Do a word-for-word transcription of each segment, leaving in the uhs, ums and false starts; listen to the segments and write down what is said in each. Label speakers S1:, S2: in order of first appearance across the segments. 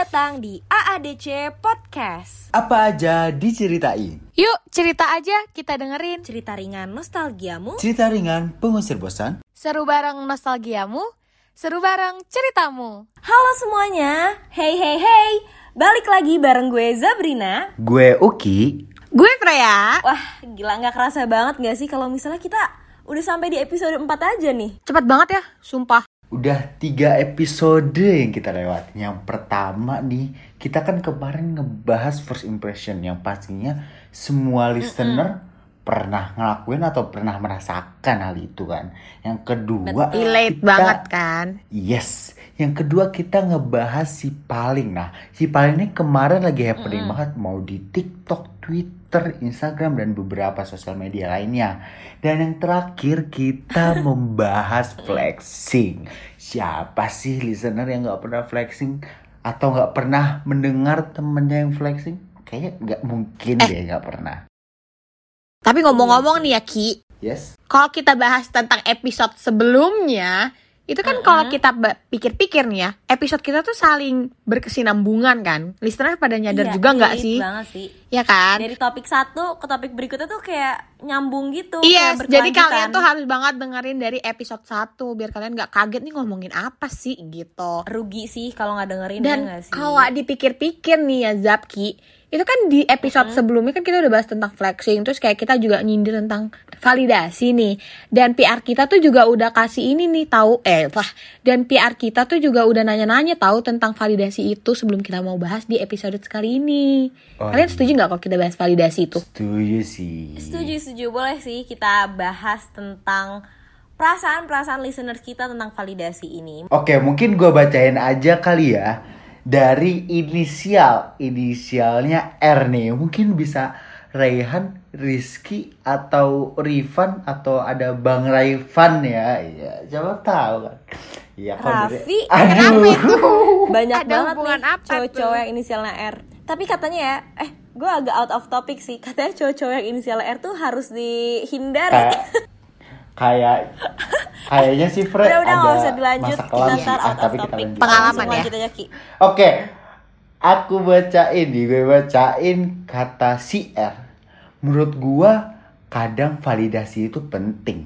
S1: datang di A A D C Podcast.
S2: Apa aja diceritain?
S3: Yuk cerita aja, kita dengerin.
S1: Cerita ringan nostalgiamu,
S2: Cerita ringan pengusir bosan.
S3: Seru bareng nostalgiamu, seru bareng ceritamu.
S1: Halo semuanya, hey hey hey, balik lagi bareng gue Zabrina.
S2: Gue Uki.
S3: Gue Freya.
S1: Wah gila, gak kerasa banget gak sih kalau misalnya kita udah sampai di episode empat aja nih.
S3: Cepet banget ya, sumpah.
S2: Udah tiga episode yang kita lewat. Yang pertama nih, kita kan kemarin ngebahas first impression, yang pastinya semua listener Mm-mm. pernah ngelakuin atau pernah merasakan hal itu kan. Yang kedua,
S3: relate
S2: kita,
S3: banget kan.
S2: Yes. Yang kedua kita ngebahas si Paling. Nah, si Paling ini kemarin lagi happening Mm-mm. banget, mau di TikTok, Twitter, Instagram, dan beberapa sosial media lainnya. Dan yang terakhir kita membahas flexing. Siapa sih listener yang gak pernah flexing? Atau gak pernah mendengar temennya yang flexing? Kayaknya gak mungkin eh. deh gak pernah.
S3: Tapi ngomong-ngomong nih ya Ki,
S2: Yes.
S3: kalau kita bahas tentang episode sebelumnya, itu kan uh-huh. kalau kita ba- pikir-pikir nih ya, episode kita tuh saling berkesinambungan kan. Listener pada nyadar
S1: iya,
S3: juga nggak sih?
S1: Iya, banget sih.
S3: Ya kan?
S1: Dari topik satu ke topik berikutnya tuh kayak nyambung gitu.
S3: Iya,
S1: yes,
S3: jadi kalian tuh harus banget dengerin dari episode satu biar kalian nggak kaget nih ngomongin apa sih gitu.
S1: Rugi sih kalau nggak dengerin.
S3: Dan
S1: ya sih?
S3: kalau dipikir-pikir nih ya Zapki, itu kan di episode uh-huh. sebelumnya kan kita udah bahas tentang flexing, terus kayak kita juga nyindir tentang validasi nih. Dan P R kita tuh juga udah kasih ini nih tahu eh wah dan P R kita tuh juga udah nanya-nanya tahu tentang validasi itu sebelum kita mau bahas di episode sekali ini. Oh, kalian setuju nggak kalau kita bahas validasi itu?
S2: Setuju sih.
S1: Setuju, setuju. Boleh sih kita bahas tentang perasaan-perasaan listener kita tentang validasi ini.
S2: Oke, mungkin gue bacain aja kali ya. Dari inisial, inisialnya R nih. Mungkin bisa Raihan, Rizky, atau Rifan, atau ada Bang Raifan ya. Iya, siapa tahu kan. Iya,
S1: Raffi,
S3: kenapa itu?
S1: Banyak
S3: ada
S1: banget nih cowok-cowok yang inisialnya R. Tapi katanya ya, eh gue agak out of topic sih. Katanya cowok-cowok yang inisialnya R tuh harus dihindari.
S2: Kayak, kayak kayaknya sih Fred
S1: udah, udah,
S2: ada
S1: gak usah dilanjut,
S2: masa kelam sih.
S1: ah,
S2: Tapi kita lanjut.
S3: Pengalaman ya.
S1: Lanjut aja, Ki.
S2: Oke, aku bacain nih, gue bacain kata si R. Menurut gue kadang validasi itu penting,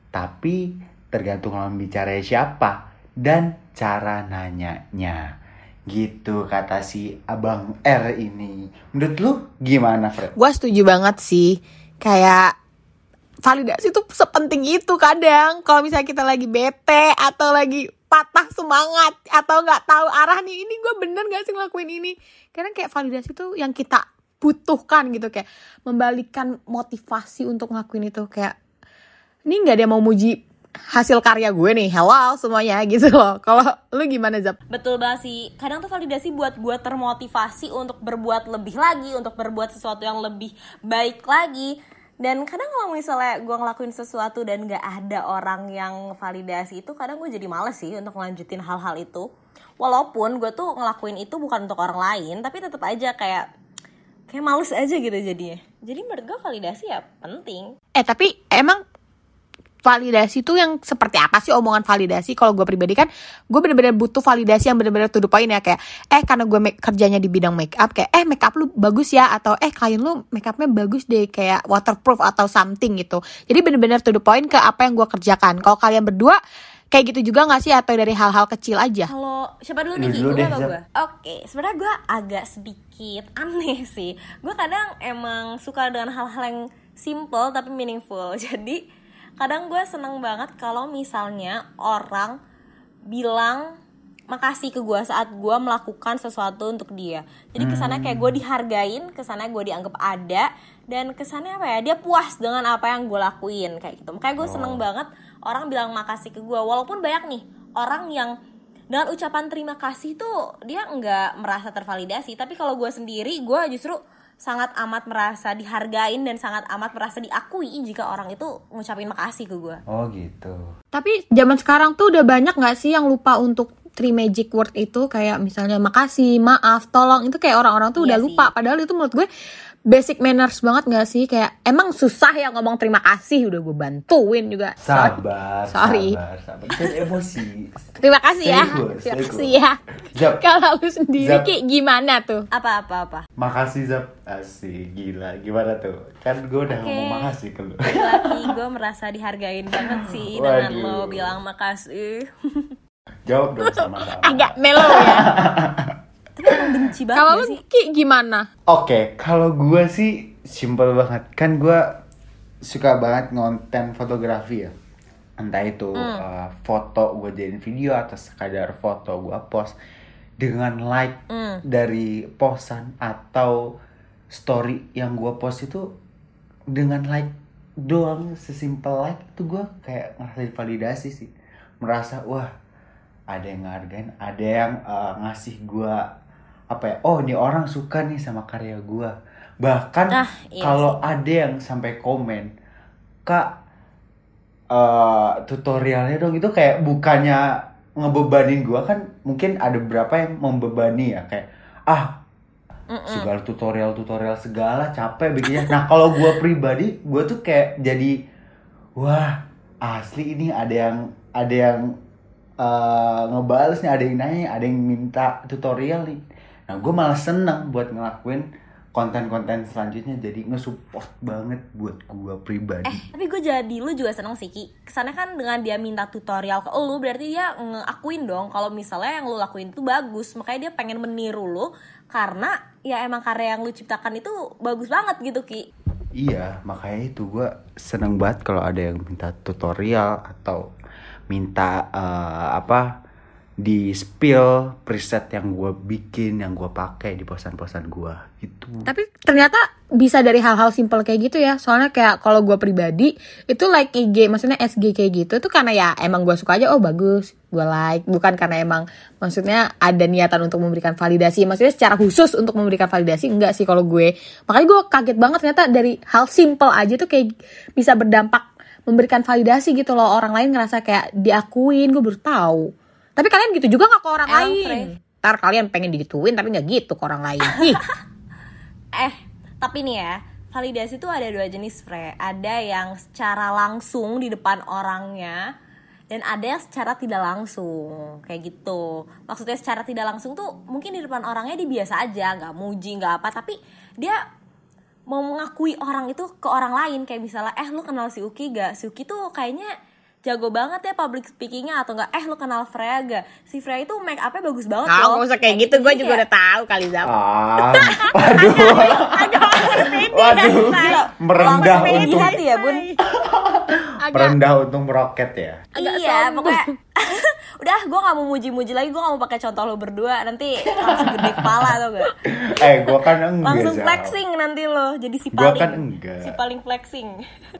S2: tapi tergantung lawan bicara siapa dan cara nanyanya. Gitu kata si Abang R ini. Menurut lu gimana, Fred?
S3: Gue setuju banget sih. Kayak validasi tuh sepenting itu kadang. Kalau misalnya kita lagi bete atau lagi patah semangat atau nggak tahu arah nih, ini gue bener nggak sih ngelakuin ini? Kadang kayak validasi tuh yang kita butuhkan gitu, kayak membalikkan motivasi untuk ngelakuin itu. Kayak ini nggak ada yang mau muji hasil karya gue nih, hello semuanya gitu loh. Kalau lu gimana Zap?
S1: Betul banget sih. Kadang tuh validasi buat gue termotivasi untuk berbuat lebih lagi, untuk berbuat sesuatu yang lebih baik lagi. Dan kadang kalau misalnya gue ngelakuin sesuatu dan gak ada orang yang validasi itu, kadang gue jadi males sih untuk ngelanjutin hal-hal itu. Walaupun gue tuh ngelakuin itu bukan untuk orang lain, tapi tetap aja kayak kayak males aja gitu jadinya. Jadi menurut gue validasi ya penting.
S3: Eh tapi emang validasi tuh yang seperti apa sih omongan validasi? Kalau gue pribadi kan gue bener-bener butuh validasi yang bener-bener to the point ya. Kayak eh karena gue make, kerjanya di bidang make up, kayak eh make up lu bagus ya, atau eh klien lu make upnya bagus deh, kayak waterproof atau something gitu. Jadi bener-bener to the point ke apa yang gue kerjakan. Kalau kalian berdua kayak gitu juga gak sih, atau dari hal-hal kecil aja?
S1: Kalau siapa dulu nih, Ki? Gue apa gue? Oke, sebenarnya gue agak sedikit aneh sih. Gue kadang emang suka dengan hal-hal yang simple tapi meaningful. Jadi kadang gue seneng banget kalau misalnya orang bilang makasih ke gue saat gue melakukan sesuatu untuk dia. Jadi kesannya kayak gue dihargain, kesannya gue dianggap ada, dan kesannya apa ya, dia puas dengan apa yang gue lakuin kayak gitu. Makanya gue seneng oh. banget orang bilang makasih ke gue. Walaupun banyak nih orang yang dengan ucapan terima kasih tuh dia nggak merasa tervalidasi. Tapi kalau gue sendiri, gue justru sangat amat merasa dihargain dan sangat amat merasa diakui jika orang itu ngucapin makasih ke gue.
S2: Oh gitu.
S3: Tapi zaman sekarang tuh udah banyak gak sih yang lupa untuk three magic word itu? Kayak misalnya makasih, maaf, tolong. Itu kayak orang-orang tuh iya udah sih. lupa. Padahal itu menurut gue basic manners banget gak sih? Kayak emang susah ya ngomong terima kasih, udah gue bantuin juga.
S2: Sabar,
S3: sorry.
S2: sabar, sabar. Jangan emosi.
S3: Terima kasih ya.
S2: Stay cool,
S3: Terima
S2: stay
S3: kasih
S2: cool.
S3: ya.
S2: Zap.
S3: Kalau lu sendiri
S2: Zap.
S3: kayak gimana tuh?
S1: Apa apa apa.
S2: Makasih Zap. Asik, gila. Gimana tuh? Kan gue udah
S1: Oke.
S2: ngomong makasih ke lu.
S1: Lagi gue merasa dihargain banget sih dengan
S2: Waduh.
S1: lo bilang makasih.
S2: Jawab dong sama-sama.
S3: Agak melo ya.
S1: Tapi emang benci banget
S3: Kalau
S1: gak
S3: lu
S1: sih?
S3: Ki gimana?
S2: Oke, kalau gue sih simple banget. Kan gue suka banget ngonten fotografi ya. Entah itu uh, foto gue jadiin video atau sekadar foto gue post. Dengan like
S1: Mm.
S2: dari postan atau story yang gue post itu, dengan like doang, sesimpel like itu gue kayak ngerasain validasi sih. Merasa wah ada yang ngehargain, ada yang uh, ngasih gue apa ya, oh ini orang suka nih sama karya gue. Bahkan
S1: Ah, iya
S2: kalau ada yang sampai komen, kak uh, tutorialnya dong, itu kayak bukannya ngebebanin gue. Kan mungkin ada beberapa yang membebani ya, kayak ah segala tutorial tutorial segala capek bikinnya. Nah kalau gue pribadi, gue tuh kayak jadi wah asli ini ada yang ada yang uh, ngebales nih, ada yang nanya, ada yang minta tutorial nih. Nah gue malah seneng buat ngelakuin konten-konten selanjutnya, jadi nge-support banget buat gue pribadi.
S1: Eh, tapi gue jadi lu juga seneng sih Ki. Kesannya kan dengan dia minta tutorial ke lu, berarti dia ngakuin dong kalau misalnya yang lu lakuin itu bagus. Makanya dia pengen meniru lu, karena ya emang karya yang lu ciptakan itu bagus banget gitu Ki.
S2: Iya, makanya itu gue seneng banget kalau ada yang minta tutorial atau minta uh, apa di spill preset yang gue bikin, yang gue pakai di posan-posan gue gitu.
S3: Tapi ternyata bisa dari hal-hal simpel kayak gitu ya. Soalnya kayak kalau gue pribadi itu like I G, maksudnya S G kayak gitu itu karena ya emang gue suka aja, oh bagus, gue like. Bukan karena emang maksudnya ada niatan untuk memberikan validasi. Maksudnya secara khusus untuk memberikan validasi, enggak sih kalau gue. Makanya gue kaget banget ternyata dari hal simpel aja tuh kayak bisa berdampak memberikan validasi gitu loh. Orang lain ngerasa kayak diakuin, gue baru tahu. Tapi kalian gitu juga gak ke orang
S1: Emang,
S3: lain?
S1: Frey.
S3: Ntar kalian pengen digituin tapi gak gitu ke orang lain. Ih.
S1: Eh, tapi nih ya, validasi tuh ada dua jenis, Fre. Ada yang secara langsung di depan orangnya, dan ada yang secara tidak langsung, kayak gitu. Maksudnya secara tidak langsung tuh mungkin di depan orangnya dia biasa aja, gak muji, gak apa. Tapi dia mau mengakui orang itu ke orang lain. Kayak misalnya, eh lu kenal si Uki gak? Si Uki tuh kayaknya jago banget ya public speakingnya. Atau enggak, eh lu kenal Freya gak? Si Freya itu make upnya bagus banget
S3: Nah,
S1: loh.
S3: gak usah kayak gitu, gue juga udah tahu kali Zap.
S2: Ah, waduh, waduh, merendah
S1: Langsung
S2: untuk
S1: di hati ya bun.
S2: merendah untuk meroket ya.
S3: Agak
S1: Iya
S3: sombong.
S1: pokoknya udah gue gak mau muji-muji lagi. Gue gak mau pakai contoh lo berdua, nanti langsung gede kepala tau gak.
S2: Eh, gue kan enggak.
S1: Langsung
S2: Zal.
S1: flexing nanti lo. Jadi si
S2: Gua
S1: paling
S2: kan enggak.
S1: Si paling flexing.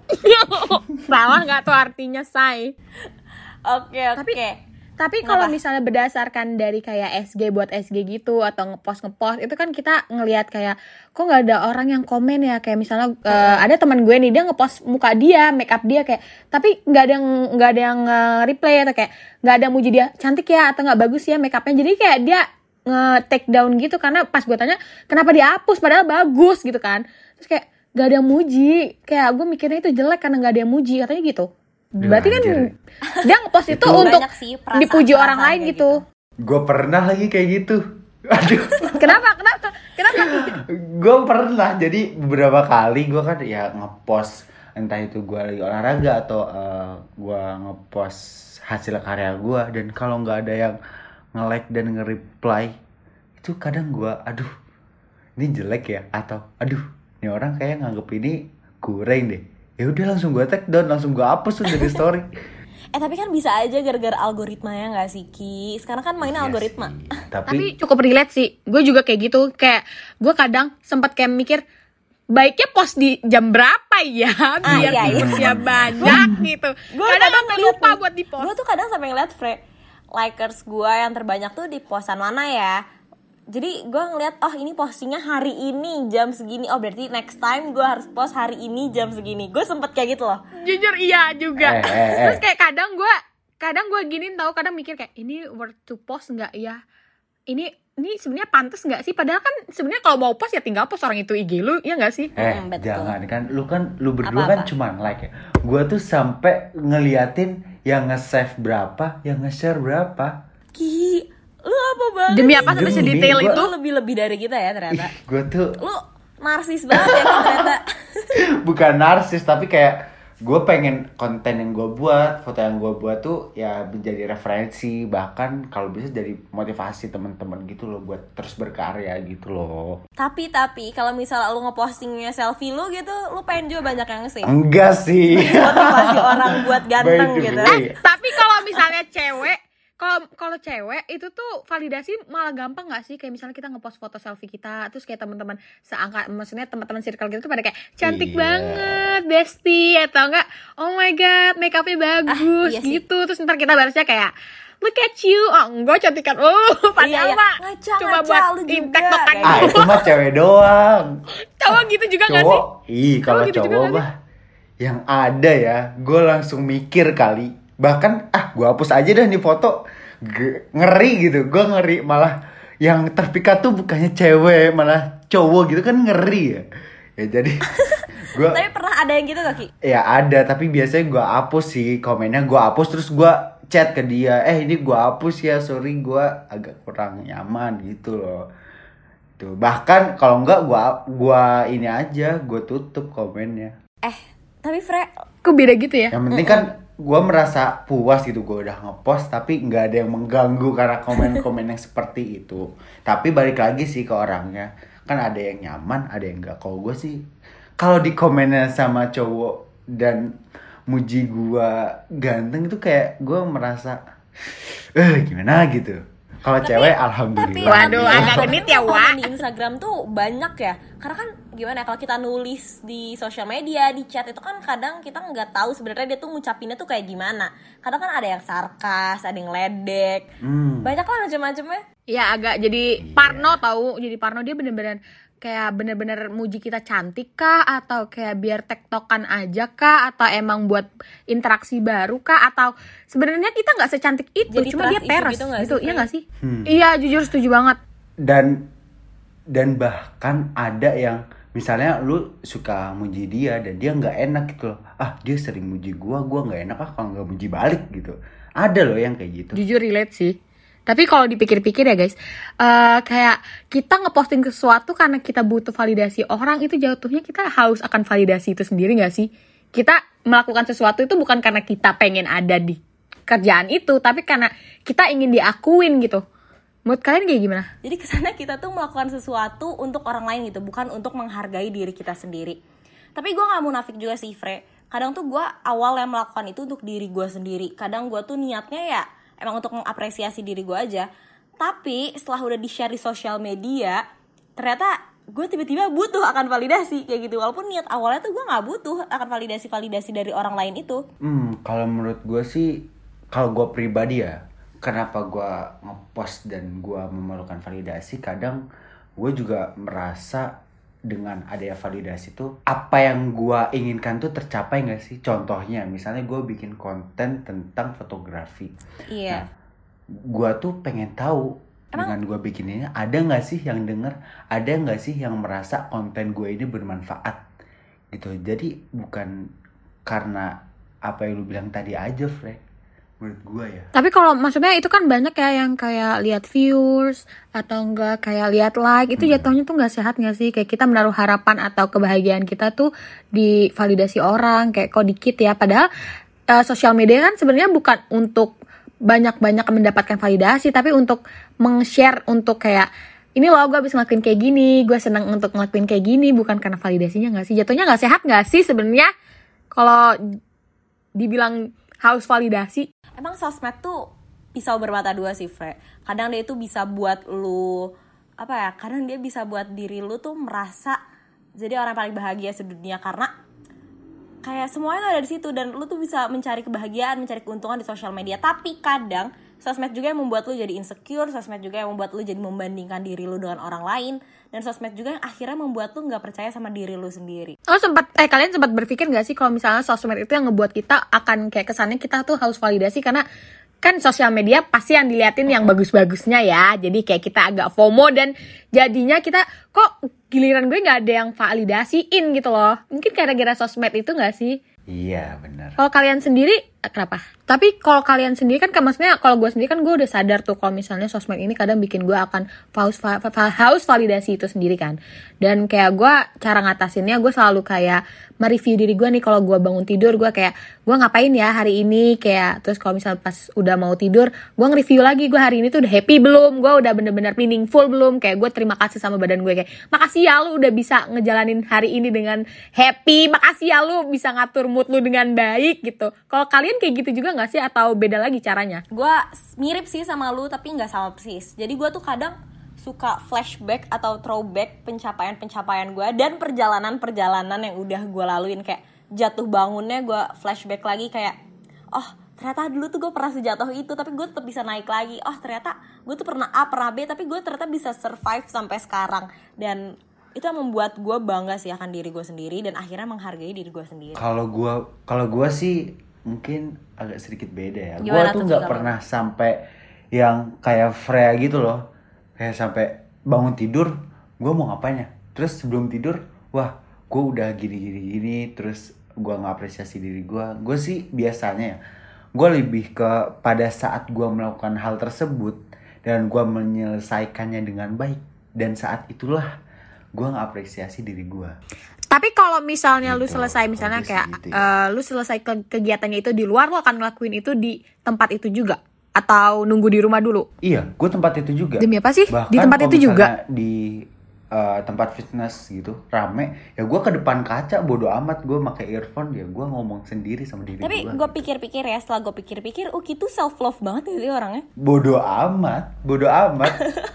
S3: Salah gak tuh artinya, say?
S1: Oke oke.
S3: Tapi kalau misalnya berdasarkan dari kayak S G buat S G gitu atau ngepost ngepost itu kan kita ngelihat kayak kok nggak ada orang yang komen ya, kayak misalnya uh, ada teman gue nih dia ngepost muka dia, make up dia kayak, tapi nggak ada yang nggak ada yang reply atau kayak nggak ada muji dia cantik ya atau nggak bagus ya make upnya, jadi kayak dia nge take down gitu. Karena pas gue tanya kenapa dihapus padahal bagus gitu kan, terus kayak nggak ada yang muji, kayak gue mikirnya itu jelek karena nggak ada yang muji katanya gitu. Berarti kan
S2: Anjir.
S3: dia ngepost itu
S2: Itu
S3: untuk
S1: banyak sih perasaan-
S3: dipuji orang
S1: perasaan
S3: lain
S1: kayak
S3: gitu.
S2: Gue pernah lagi kayak gitu. Aduh.
S3: Kenapa? Kenapa? Kenapa?
S2: Gue pernah, jadi beberapa kali gue kan ya ngepost, entah itu gue lagi olahraga atau uh, gue ngepost hasil karya gue, dan kalau nggak ada yang nge-like dan nge-reply itu kadang gue aduh ini jelek ya, atau aduh ini orang kayak nganggep ini kurang deh, ya udah langsung gue take down, langsung gue hapus tuh dari story.
S1: Eh tapi kan bisa aja gara-gara algoritmanya nggak sih Ki? Sekarang kan mainnya
S2: Iya
S1: algoritma.
S2: sih,
S3: Tapi
S2: tapi
S3: cukup relate sih. Gue juga kayak gitu. Kayak gue kadang sempat kayak mikir baiknya post di jam berapa ya biar
S1: iya, iya.
S3: views-nya banyak gitu. Kadang gue lupa buat di post.
S1: Gue tuh kadang sampai ngeliat Fre, likers gue yang terbanyak tuh di postan mana ya. Jadi gue ngeliat, oh ini postingnya hari ini jam segini, oh berarti next time gue harus post hari ini jam segini. Gue sempet kayak gitu loh.
S3: Jujur iya juga.
S2: Eh, eh, eh.
S3: Terus kayak kadang gue kadang gue giniin tau, kadang mikir kayak ini worth to post nggak ya? ini ini sebenarnya pantas nggak sih? Padahal kan sebenarnya kalau mau post ya tinggal post orang itu I G lu, ya nggak sih?
S2: Eh,
S1: Hmm, betul.
S2: jangan kan, lu kan lu berdua
S1: Apa-apa?
S2: kan cuma like ya. Gua tuh sampai ngeliatin yang nge-save berapa, yang nge-share berapa.
S1: Ki, lu apa banget?
S3: Demi
S1: sih?
S3: apa sampai
S2: Demi,
S3: sedetail
S2: gua-
S3: itu?
S1: Lu lebih-lebih dari kita ya ternyata.
S2: Gua tuh
S1: Lu narsis banget ya Ki, ternyata.
S2: bukan narsis tapi kayak gue pengen konten yang gue buat, foto yang gue buat tuh ya menjadi referensi, bahkan kalau bisa jadi motivasi teman-teman gitu loh buat terus berkarya gitu loh.
S1: Tapi tapi kalau misalnya lu ngepostingnya selfie lu gitu, lu pengen juga banyak yang nge-save.
S2: Enggak sih.
S1: Motivasi orang buat ganteng
S2: By the
S1: gitu.
S2: way.
S3: Eh, tapi kalau misalnya cewek, kalau kalau cewek itu tuh validasi malah gampang nggak sih? Kayak misalnya kita ngepost foto selfie kita, terus kayak teman-teman seangkat, maksudnya teman-teman circle kita tuh pada kayak cantik
S2: Iya.
S3: banget, bestie, atau enggak, oh my god, make upnya bagus
S1: Ah, iya sih.
S3: gitu. Terus ntar kita balasnya kayak look at you, oh enggak cantikan, oh padahal
S1: Iya, iya.
S3: mah
S1: Ngaca,
S3: cuma
S1: ngaca,
S3: buat
S1: lu juga,
S3: tiktokan
S1: kayak
S2: Ah,
S3: gitu.
S2: itu mah cewek doang.
S3: Cowok gitu juga nggak sih?
S2: Cowok, ih kalau
S3: gitu juga
S2: cowok
S3: nggak sih?
S2: mah yang ada ya, gue langsung mikir kali. Bahkan ah, gue hapus aja dah nih foto. G- ngeri gitu, gue ngeri malah yang terpikat tuh bukannya cewek malah cowok gitu kan, ngeri ya. Ya jadi gue
S1: Tapi pernah ada yang gitu gak Ki?
S2: ya ada, tapi biasanya gue hapus sih komennya, gue hapus terus gue chat ke dia, eh ini gue hapus ya, sorry gue agak kurang nyaman gitu loh. Tuh bahkan kalau enggak gue gua ini aja, gue tutup komennya.
S1: Eh, tapi Fre,
S3: Kok beda gitu ya?
S2: Yang penting kan gue merasa puas gitu, gue udah ngepost tapi nggak ada yang mengganggu karena komen-komen yang seperti itu. Tapi balik lagi sih ke orangnya, kan ada yang nyaman, ada yang enggak. Kalau gue sih, kalau di komennya sama cowok dan muji gue ganteng itu kayak gue merasa eh gimana gitu. Kalau cewek
S1: tapi
S2: alhamdulillah.
S3: Waduh,
S2: gitu.
S3: agak genit ya,
S1: komen
S3: Wak.
S1: di Instagram tuh banyak ya. Karena kan gimana ya, kalau kita nulis di sosial media, di chat itu kan kadang kita nggak tahu sebenarnya dia tuh ngucapinnya tuh kayak gimana. Kadang kan ada yang sarkas, ada yang ledek.
S2: Hmm.
S1: Banyak lah macam-macamnya.
S3: Ya agak jadi parno tahu, jadi parno. Dia bener-bener kayak bener-bener muji kita cantik kah, atau kayak biar tektokan aja kah, atau emang buat interaksi baru kah, atau sebenarnya kita nggak secantik itu,
S1: Jadi
S3: cuma dia
S1: trust issue
S3: peres
S1: gitu
S3: gitu,
S1: nggak sih,
S3: iya nggak sih?
S2: Hmm.
S3: Iya, jujur setuju banget.
S2: Dan dan bahkan ada yang misalnya lu suka muji dia dan dia nggak enak gitu loh, ah dia sering muji gua, gua nggak enak ah kalau nggak muji balik gitu. Ada loh yang kayak gitu.
S3: Jujur relate sih. Tapi kalau dipikir-pikir ya guys, eh, kayak kita ngeposting sesuatu karena kita butuh validasi orang, itu jatuhnya kita haus akan validasi itu sendiri gak sih? Kita melakukan sesuatu itu bukan karena kita pengen ada di kerjaan itu, tapi karena kita ingin diakuin gitu. Menurut kalian kayak gimana?
S1: Jadi kesana kita tuh melakukan sesuatu untuk orang lain gitu, bukan untuk menghargai diri kita sendiri. Tapi gue gak munafik juga sih Fre. Kadang tuh gue awal yang melakukan itu untuk diri gue sendiri. Kadang gue tuh niatnya ya emang untuk mengapresiasi diri gue aja. Tapi setelah udah di-share di sosial media, ternyata gue tiba-tiba butuh akan validasi kayak gitu. Walaupun niat awalnya tuh gue gak butuh akan validasi-validasi dari orang lain itu.
S2: Hmm, kalau menurut gue sih, kalau gue pribadi ya, kenapa gue ngepost dan gue memerlukan validasi, kadang gue juga merasa dengan adanya validasi tuh, apa yang gue inginkan tuh tercapai gak sih? Contohnya, misalnya gue bikin konten tentang fotografi.
S1: Iya.
S2: Nah, gue tuh pengen tahu
S1: Emang?
S2: dengan gue bikinnya ada gak sih yang denger, ada gak sih yang merasa konten gue ini bermanfaat gitu. Jadi bukan karena apa yang lu bilang tadi aja, Fre, menurut gue ya.
S3: Tapi kalau maksudnya itu kan banyak ya yang kayak lihat viewers atau enggak kayak lihat like, itu jatuhnya tuh nggak sehat nggak sih? Kayak kita menaruh harapan atau kebahagiaan kita tuh di validasi orang, kayak kok dikit ya. Padahal uh, sosial media kan sebenarnya bukan untuk banyak-banyak mendapatkan validasi, tapi untuk meng-share, untuk kayak ini loh gue bisa ngelakuin kayak gini, gue senang untuk ngelakuin kayak gini, bukan karena validasinya nggak sih? Jatuhnya nggak sehat nggak sih sebenarnya kalau dibilang haus validasi?
S1: Emang sosmed tuh pisau bermata dua sih, Fre. Kadang dia itu bisa buat lu apa ya? Kadang dia bisa buat diri lu tuh merasa jadi orang paling bahagia sedunia karena kayak semuanya tuh ada di situ dan lu tuh bisa mencari kebahagiaan, mencari keuntungan di sosial media. Tapi kadang sosmed juga yang membuat lu jadi insecure, sosmed juga yang membuat lu jadi membandingkan diri lu dengan orang lain, dan sosmed juga yang akhirnya membuat lu nggak percaya sama diri lu sendiri.
S3: Oh sempat, eh kalian sempat berpikir gak sih kalau misalnya sosmed itu yang ngebuat kita akan kayak kesannya kita tuh harus validasi karena kan sosial media pasti yang diliatin yang bagus-bagusnya ya. Jadi kayak kita agak FOMO dan jadinya kita kok giliran gue nggak ada yang validasiin gitu loh. Mungkin gara-gara sosmed itu nggak sih?
S2: Iya benar.
S3: Kalau kalian sendiri kenapa? Tapi kalau kalian sendiri kan maksudnya kalau gue sendiri kan gue udah sadar tuh kalau misalnya sosmed ini kadang bikin gue akan haus va- va- haus validasi itu sendiri kan. Dan kayak gue cara ngatasinnya gue selalu kayak mereview diri gue nih kalau gue bangun tidur gue kayak gue ngapain ya hari ini kayak terus kalau misalnya pas udah mau tidur gue nge-review lagi gue hari ini tuh udah happy belum, gue udah bener-bener meaningful belum, kayak gue terima kasih sama badan gue kayak makasih ya lu udah bisa ngejalanin hari ini dengan happy, makasih ya lu bisa ngatur mood lu dengan baik gitu. Kalau kalian kayak gitu juga nggak sih atau beda lagi caranya?
S1: Gue mirip sih sama lu tapi nggak sama persis. Jadi gue tuh kadang suka flashback atau throwback pencapaian-pencapaian gue dan perjalanan-perjalanan yang udah gue laluin. Kayak jatuh bangunnya gue flashback lagi kayak oh ternyata dulu tuh gue pernah sejatuh itu tapi gue tetap bisa naik lagi. Oh ternyata gue tuh pernah A pernah B tapi gue ternyata bisa survive sampai sekarang. Dan itu yang membuat gue bangga sih akan diri gue sendiri dan akhirnya menghargai diri gue sendiri.
S2: Kalau gue kalau gue sih mungkin agak sedikit beda ya. Gue
S1: Gimana
S2: tuh
S1: tuh
S2: nggak
S1: kalau-
S2: pernah sampai yang kayak Freya gitu loh. Kayak sampai bangun tidur, gue mau ngapain ya? Terus sebelum tidur, wah, gue udah gini-gini gini. Terus gue ngapresiasi diri gue. Gue sih biasanya ya, gue lebih ke pada saat gue melakukan hal tersebut dan gue menyelesaikannya dengan baik. Dan saat itulah gue ngapresiasi diri gue.
S3: Tapi kalau misalnya lu
S2: Gitu.
S3: selesai misalnya
S2: Kalau gue
S3: kayak
S2: sih gitu ya.
S3: eh, lu selesai ke- kegiatannya itu di luar, lu akan ngelakuin itu di tempat itu juga atau nunggu di rumah dulu?
S2: Iya, gue tempat itu juga.
S3: Demi apa sih?
S2: Bahkan
S3: Di tempat
S2: kalau
S3: itu juga?
S2: misalnya di uh, tempat fitness gitu rame, ya gue ke depan kaca bodo amat, gue pakai earphone, ya gue ngomong sendiri sama diri
S1: Tapi
S2: gue.
S1: gue pikir-pikir ya, setelah gue pikir-pikir, Uki tuh self love banget ya sih orangnya.
S2: Bodo amat, bodo amat,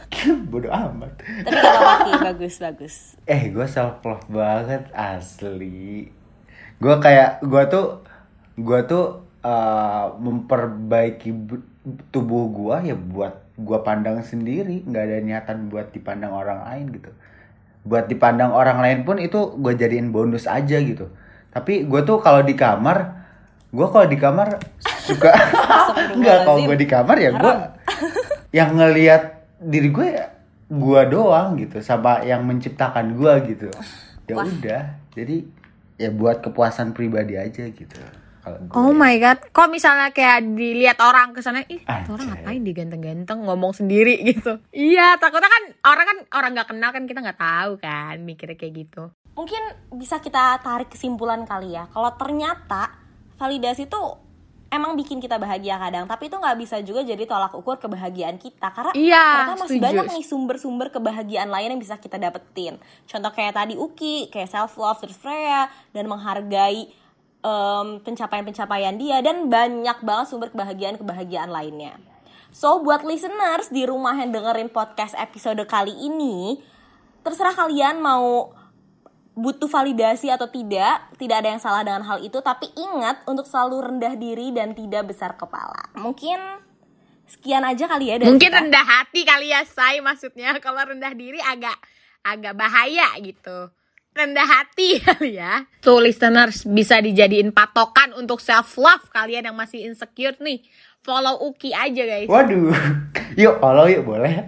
S2: bodo amat.
S1: Tapi gak apa-apa Ki, bagus bagus.
S2: Eh, gue self love banget asli. Gue kayak gue tuh, gue tuh uh, memperbaiki bu- tubuh gue ya buat gue pandang sendiri, nggak ada niatan buat dipandang orang lain gitu. Buat dipandang orang lain pun itu gue jadiin bonus aja gitu. Tapi gue tuh kalau di kamar, gue kalau di kamar suka nggak, kalau gue di kamar ya gue yang ngelihat diri gue ya gue doang gitu, sama yang menciptakan gue gitu. Ya udah, jadi ya buat kepuasan pribadi aja gitu. Kalau gue.
S3: Oh my god, kok misalnya kayak dilihat orang kesana, ih
S2: Anjay.
S3: tuh orang ngapain dia ganteng-ganteng ngomong sendiri gitu. Iya, takutnya kan orang kan orang nggak kenal kan kita nggak tahu kan mikirnya kayak gitu.
S1: Mungkin bisa kita tarik kesimpulan kali ya. Kalau ternyata validasi tuh emang bikin kita bahagia kadang, tapi itu nggak bisa juga jadi tolak ukur kebahagiaan kita. Karena
S3: Iya,
S1: ternyata masih
S3: setuju.
S1: banyak nih sumber-sumber kebahagiaan lain yang bisa kita dapetin. Contoh kayak tadi Uki, kayak self love terus Freya, dan menghargai Um, pencapaian-pencapaian dia, dan banyak banget sumber kebahagiaan-kebahagiaan lainnya. So buat listeners di rumah yang dengerin podcast episode kali ini, terserah kalian mau butuh validasi atau tidak, tidak ada yang salah dengan hal itu. Tapi ingat untuk selalu rendah diri dan tidak besar kepala. Mungkin sekian aja kali ya dari
S3: Mungkin
S1: kita.
S3: rendah hati kali ya, say, maksudnya. Kalau rendah diri agak agak bahaya gitu. Rendah hati kali ya. Tuh listeners, bisa dijadiin patokan untuk self love kalian yang masih insecure nih. Follow Uki aja guys.
S2: Waduh, yuk follow yuk boleh.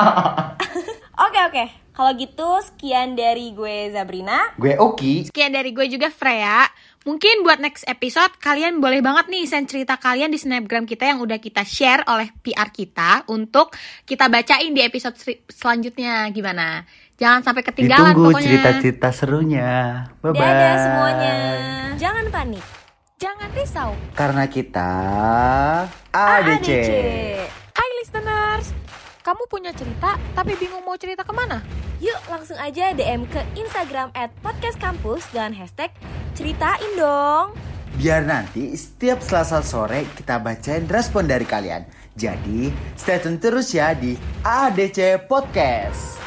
S1: Oke oke, kalau gitu sekian dari gue Zabrina.
S2: Gue Oki.
S3: Sekian dari gue juga Freya. Mungkin buat next episode kalian boleh banget nih send cerita kalian di snapgram kita yang udah kita share oleh P R kita untuk kita bacain di episode seri- selanjutnya. Gimana? Jangan sampai ketinggalan
S2: Ditunggu
S3: pokoknya.
S2: cerita-cerita serunya. Bye-bye.
S1: Dadah semuanya. Jangan panik.
S3: Jangan risau.
S2: Karena kita A
S1: A
S2: D C.
S1: D C.
S3: Hai listeners. Kamu punya cerita tapi bingung mau cerita kemana?
S1: Yuk langsung aja D M ke Instagram at podcast kampus dengan hashtag ceritain dong.
S2: Biar nanti setiap Selasa sore kita bacain respon dari kalian. Jadi stay tune terus ya di A D C Podcast.